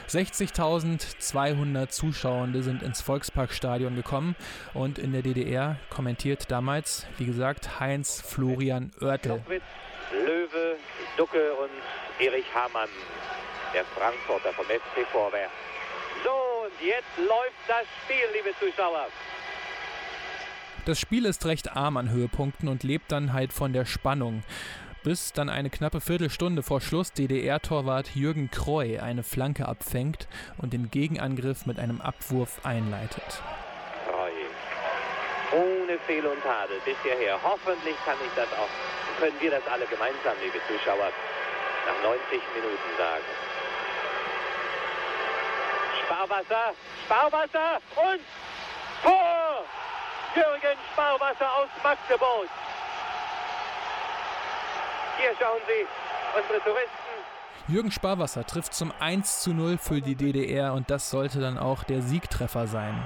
60.200 Zuschauende sind ins Volksparkstadion gekommen und in der DDR kommentiert damals, wie gesagt, Heinz-Florian Oertel. Löwe, Ducke und Erich Hamann, der Frankfurter vom FC Vorwärts. So, und jetzt läuft das Spiel, liebe Zuschauer. Das Spiel ist recht arm an Höhepunkten und lebt dann halt von der Spannung. Bis dann eine knappe Viertelstunde vor Schluss DDR-Torwart Jürgen Kreu eine Flanke abfängt und den Gegenangriff mit einem Abwurf einleitet. Kreu, ohne Fehl und Tadel bis hierher. Hoffentlich können wir das alle gemeinsam, liebe Zuschauer, nach 90 Minuten sagen. Sparwasser und Tor! Jürgen Sparwasser aus Magdeburg. Hier schauen Sie, unsere Touristen. Jürgen Sparwasser trifft zum 1:0 für die DDR und das sollte dann auch der Siegtreffer sein.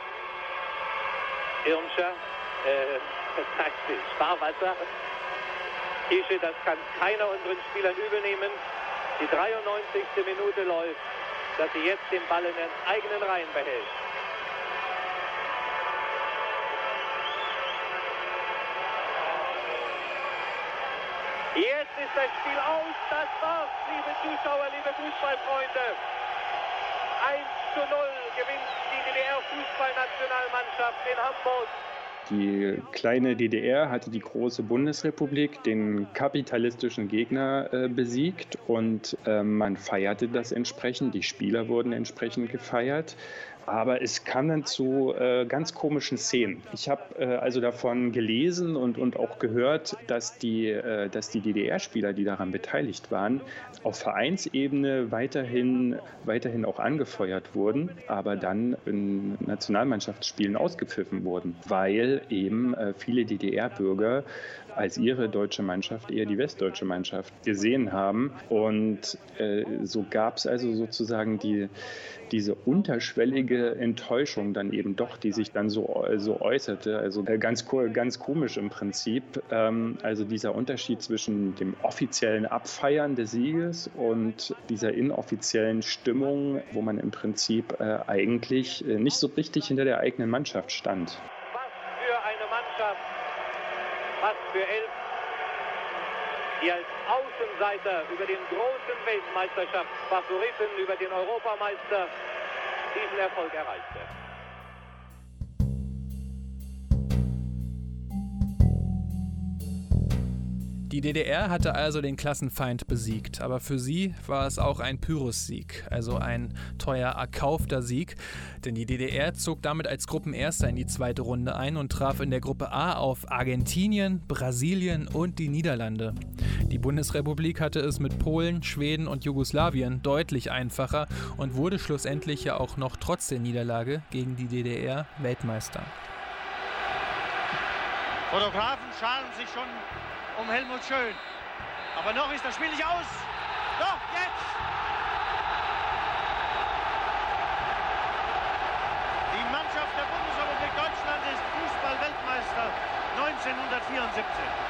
Irmscher, Sparwasser. Kische, das kann keiner unseren Spielern übelnehmen. Die 93. Minute läuft, dass sie jetzt den Ball in den eigenen Reihen behält. Jetzt ist das Spiel aus, das war's, liebe Zuschauer, liebe Fußballfreunde. 1:0 gewinnt die DDR-Fußballnationalmannschaft in Hamburg Die kleine DDR hatte die große Bundesrepublik, den kapitalistischen Gegner, besiegt und man feierte das entsprechend. Die Spieler wurden entsprechend gefeiert. Aber es kam dann zu ganz komischen Szenen. Ich habe also davon gelesen und auch gehört, dass die DDR-Spieler, die daran beteiligt waren, auf Vereinsebene weiterhin auch angefeuert wurden, aber dann in Nationalmannschaftsspielen ausgepfiffen wurden, weil eben viele DDR-Bürger als ihre deutsche Mannschaft eher die westdeutsche Mannschaft gesehen haben. Und so gab es also sozusagen diese unterschwellige Enttäuschung dann eben doch, die sich dann so äußerte. Also ganz komisch im Prinzip. Also dieser Unterschied zwischen dem offiziellen Abfeiern des Sieges und dieser inoffiziellen Stimmung, wo man im Prinzip eigentlich nicht so richtig hinter der eigenen Mannschaft stand. Was für eine Mannschaft, was für Elf, die als Außenseiter über den großen Weltmeisterschaftsfavoriten, über den Europameister diesen Erfolg erreichte. Die DDR hatte also den Klassenfeind besiegt, aber für sie war es auch ein Pyrrhussieg, also ein teuer erkaufter Sieg, denn die DDR zog damit als Gruppenerster in die zweite Runde ein und traf in der Gruppe A auf Argentinien, Brasilien und die Niederlande. Die Bundesrepublik hatte es mit Polen, Schweden und Jugoslawien deutlich einfacher und wurde schlussendlich ja auch noch trotz der Niederlage gegen die DDR Weltmeister. Fotografen scharen sich schon um Helmut Schön. Aber noch ist das Spiel nicht aus. Doch, jetzt! Die Mannschaft der Bundesrepublik Deutschland ist Fußball-Weltmeister 1974.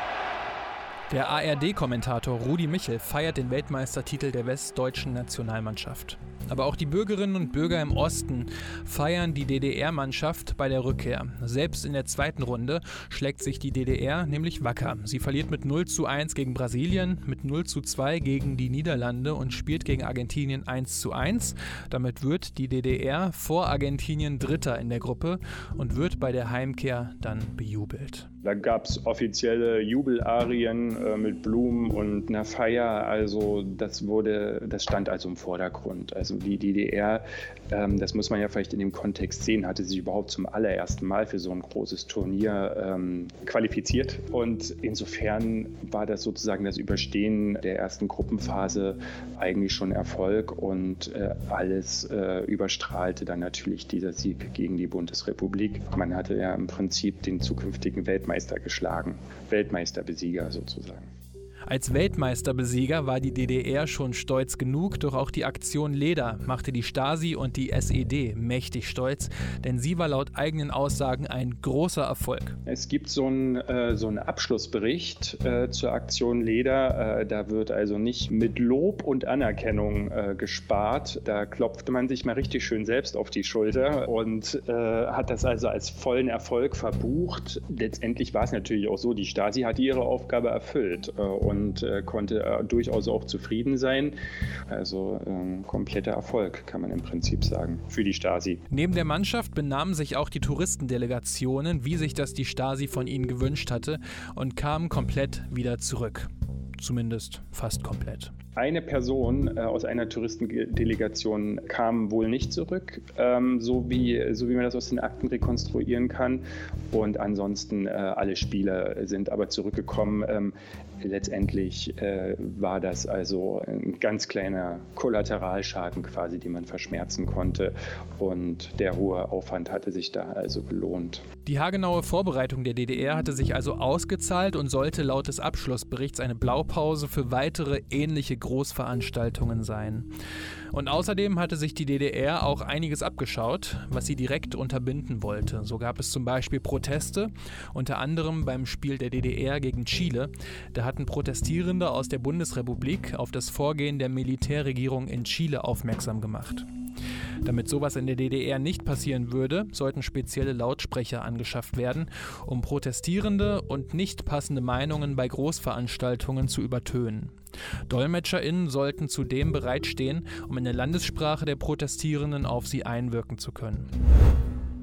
Der ARD-Kommentator Rudi Michel feiert den Weltmeistertitel der westdeutschen Nationalmannschaft. Aber auch die Bürgerinnen und Bürger im Osten feiern die DDR-Mannschaft bei der Rückkehr. Selbst in der zweiten Runde schlägt sich die DDR nämlich wacker. Sie verliert mit 0:1 gegen Brasilien, mit 0:2 gegen die Niederlande und spielt gegen Argentinien 1:1. Damit wird die DDR vor Argentinien Dritter in der Gruppe und wird bei der Heimkehr dann bejubelt. Da gab es offizielle Jubelarien mit Blumen und einer Feier. Also das stand also im Vordergrund. Also die DDR, das muss man ja vielleicht in dem Kontext sehen, hatte sich überhaupt zum allerersten Mal für so ein großes Turnier qualifiziert. Und insofern war das sozusagen das Überstehen der ersten Gruppenphase eigentlich schon Erfolg und alles überstrahlte dann natürlich dieser Sieg gegen die Bundesrepublik. Man hatte ja im Prinzip den zukünftigen Weltmeister geschlagen, Weltmeisterbesieger sozusagen. Als Weltmeisterbesieger war die DDR schon stolz genug, doch auch die Aktion Leder machte die Stasi und die SED mächtig stolz, denn sie war laut eigenen Aussagen ein großer Erfolg. Es gibt so einen Abschlussbericht zur Aktion Leder. Da wird also nicht mit Lob und Anerkennung gespart. Da klopfte man sich mal richtig schön selbst auf die Schulter und hat das also als vollen Erfolg verbucht. Letztendlich war es natürlich auch so, die Stasi hatte ihre Aufgabe erfüllt und konnte durchaus auch zufrieden sein. Also kompletter Erfolg, kann man im Prinzip sagen, für die Stasi. Neben der Mannschaft benahmen sich auch die Touristendelegationen, wie sich das die Stasi von ihnen gewünscht hatte, und kamen komplett wieder zurück. Zumindest fast komplett. Eine Person aus einer Touristendelegation kam wohl nicht zurück, so wie man das aus den Akten rekonstruieren kann. Und ansonsten alle Spieler sind aber zurückgekommen. Letztendlich war das also ein ganz kleiner Kollateralschaden quasi, den man verschmerzen konnte. Und der hohe Aufwand hatte sich da also gelohnt. Die haargenaue Vorbereitung der DDR hatte sich also ausgezahlt und sollte laut des Abschlussberichts eine Blaupause für weitere ähnliche Großveranstaltungen sein. Und außerdem hatte sich die DDR auch einiges abgeschaut, was sie direkt unterbinden wollte. So gab es zum Beispiel Proteste, unter anderem beim Spiel der DDR gegen Chile. Da hatten Protestierende aus der Bundesrepublik auf das Vorgehen der Militärregierung in Chile aufmerksam gemacht. Damit sowas in der DDR nicht passieren würde, sollten spezielle Lautsprecher angeschafft werden, um protestierende und nicht passende Meinungen bei Großveranstaltungen zu übertönen. DolmetscherInnen sollten zudem bereitstehen, um in der Landessprache der Protestierenden auf sie einwirken zu können.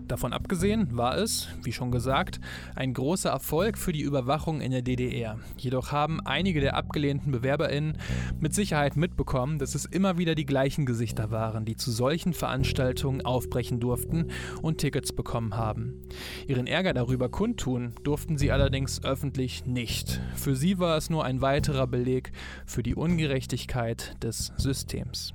Davon abgesehen war es, wie schon gesagt, ein großer Erfolg für die Überwachung in der DDR. Jedoch haben einige der abgelehnten BewerberInnen mit Sicherheit mitbekommen, dass es immer wieder die gleichen Gesichter waren, die zu solchen Veranstaltungen aufbrechen durften und Tickets bekommen haben. Ihren Ärger darüber kundtun durften sie allerdings öffentlich nicht. Für sie war es nur ein weiterer Beleg für die Ungerechtigkeit des Systems.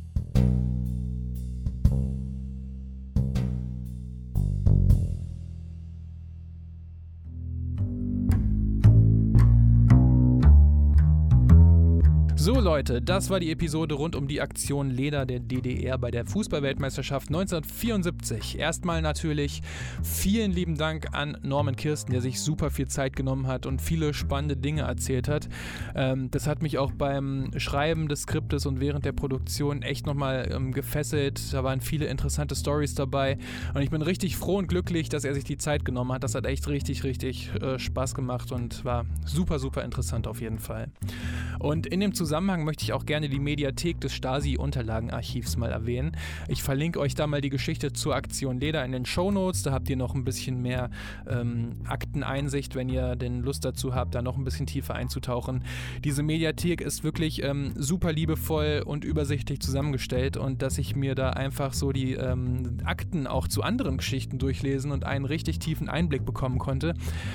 So Leute, das war die Episode rund um die Aktion Leder der DDR bei der Fußballweltmeisterschaft 1974. Erstmal natürlich vielen lieben Dank an Norman Kirsten, der sich super viel Zeit genommen hat und viele spannende Dinge erzählt hat. Das hat mich auch beim Schreiben des Skriptes und während der Produktion echt nochmal gefesselt. Da waren viele interessante Storys dabei und ich bin richtig froh und glücklich, dass er sich die Zeit genommen hat. Das hat echt richtig Spaß gemacht und war super interessant auf jeden Fall. Und in dem Zusammenhang möchte ich auch gerne die Mediathek des Stasi-Unterlagenarchivs mal erwähnen. Ich verlinke euch da mal die Geschichte zur Aktion Leder in den Shownotes. Da habt ihr noch ein bisschen mehr Akteneinsicht, wenn ihr denn Lust dazu habt, da noch ein bisschen tiefer einzutauchen. Diese Mediathek ist wirklich super liebevoll und übersichtlich zusammengestellt und dass ich mir da einfach so die Akten auch zu anderen Geschichten durchlesen und einen richtig tiefen Einblick bekommen konnte,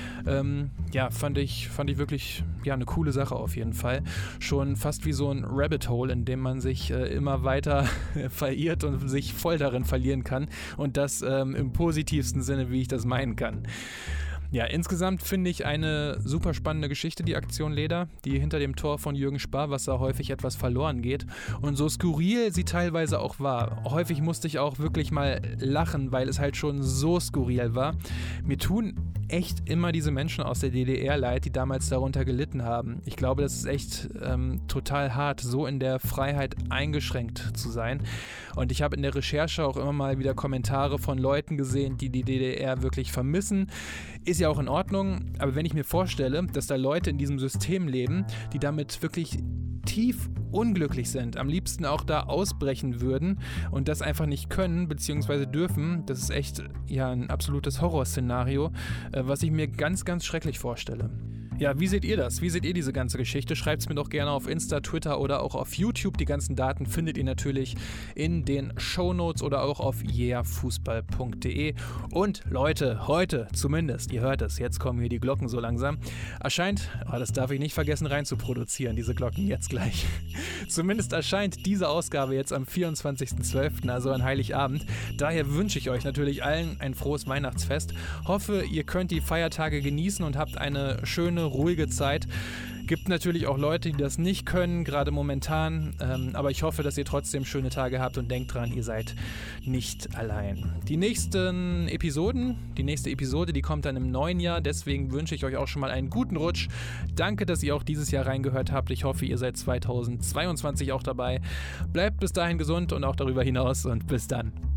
fand ich wirklich eine coole Sache auf jeden Fall. Schon fast wie so ein Rabbit Hole, in dem man sich immer weiter verirrt und sich voll darin verlieren kann und das im positivsten Sinne, wie ich das meinen kann. Ja, insgesamt finde ich eine super spannende Geschichte, die Aktion Leder, die hinter dem Tor von Jürgen Sparwasser häufig etwas verloren geht. Und so skurril sie teilweise auch war. Häufig musste ich auch wirklich mal lachen, weil es halt schon so skurril war. Mir tun echt immer diese Menschen aus der DDR leid, die damals darunter gelitten haben. Ich glaube, das ist echt total hart, so in der Freiheit eingeschränkt zu sein. Und ich habe in der Recherche auch immer mal wieder Kommentare von Leuten gesehen, die die DDR wirklich vermissen. Ist ja auch in Ordnung, aber wenn ich mir vorstelle, dass da Leute in diesem System leben, die damit wirklich tief unglücklich sind, am liebsten auch da ausbrechen würden und das einfach nicht können bzw. dürfen, das ist echt ein absolutes Horrorszenario, was ich mir ganz schrecklich vorstelle. Ja, wie seht ihr das? Wie seht ihr diese ganze Geschichte? Schreibt es mir doch gerne auf Insta, Twitter oder auch auf YouTube. Die ganzen Daten findet ihr natürlich in den Shownotes oder auch auf yeahfußball.de. Und Leute, heute zumindest, ihr hört es, jetzt kommen hier die Glocken so langsam, erscheint, das darf ich nicht vergessen reinzuproduzieren, diese Glocken jetzt gleich. Zumindest erscheint diese Ausgabe jetzt am 24.12., also an Heiligabend. Daher wünsche ich euch natürlich allen ein frohes Weihnachtsfest. Hoffe, ihr könnt die Feiertage genießen und habt eine schöne, ruhige Zeit. Gibt natürlich auch Leute, die das nicht können, gerade momentan, aber ich hoffe, dass ihr trotzdem schöne Tage habt und denkt dran, ihr seid nicht allein. Die nächste Episode, die kommt dann im neuen Jahr, deswegen wünsche ich euch auch schon mal einen guten Rutsch. Danke, dass ihr auch dieses Jahr reingehört habt. Ich hoffe, ihr seid 2022 auch dabei. Bleibt bis dahin gesund und auch darüber hinaus und bis dann.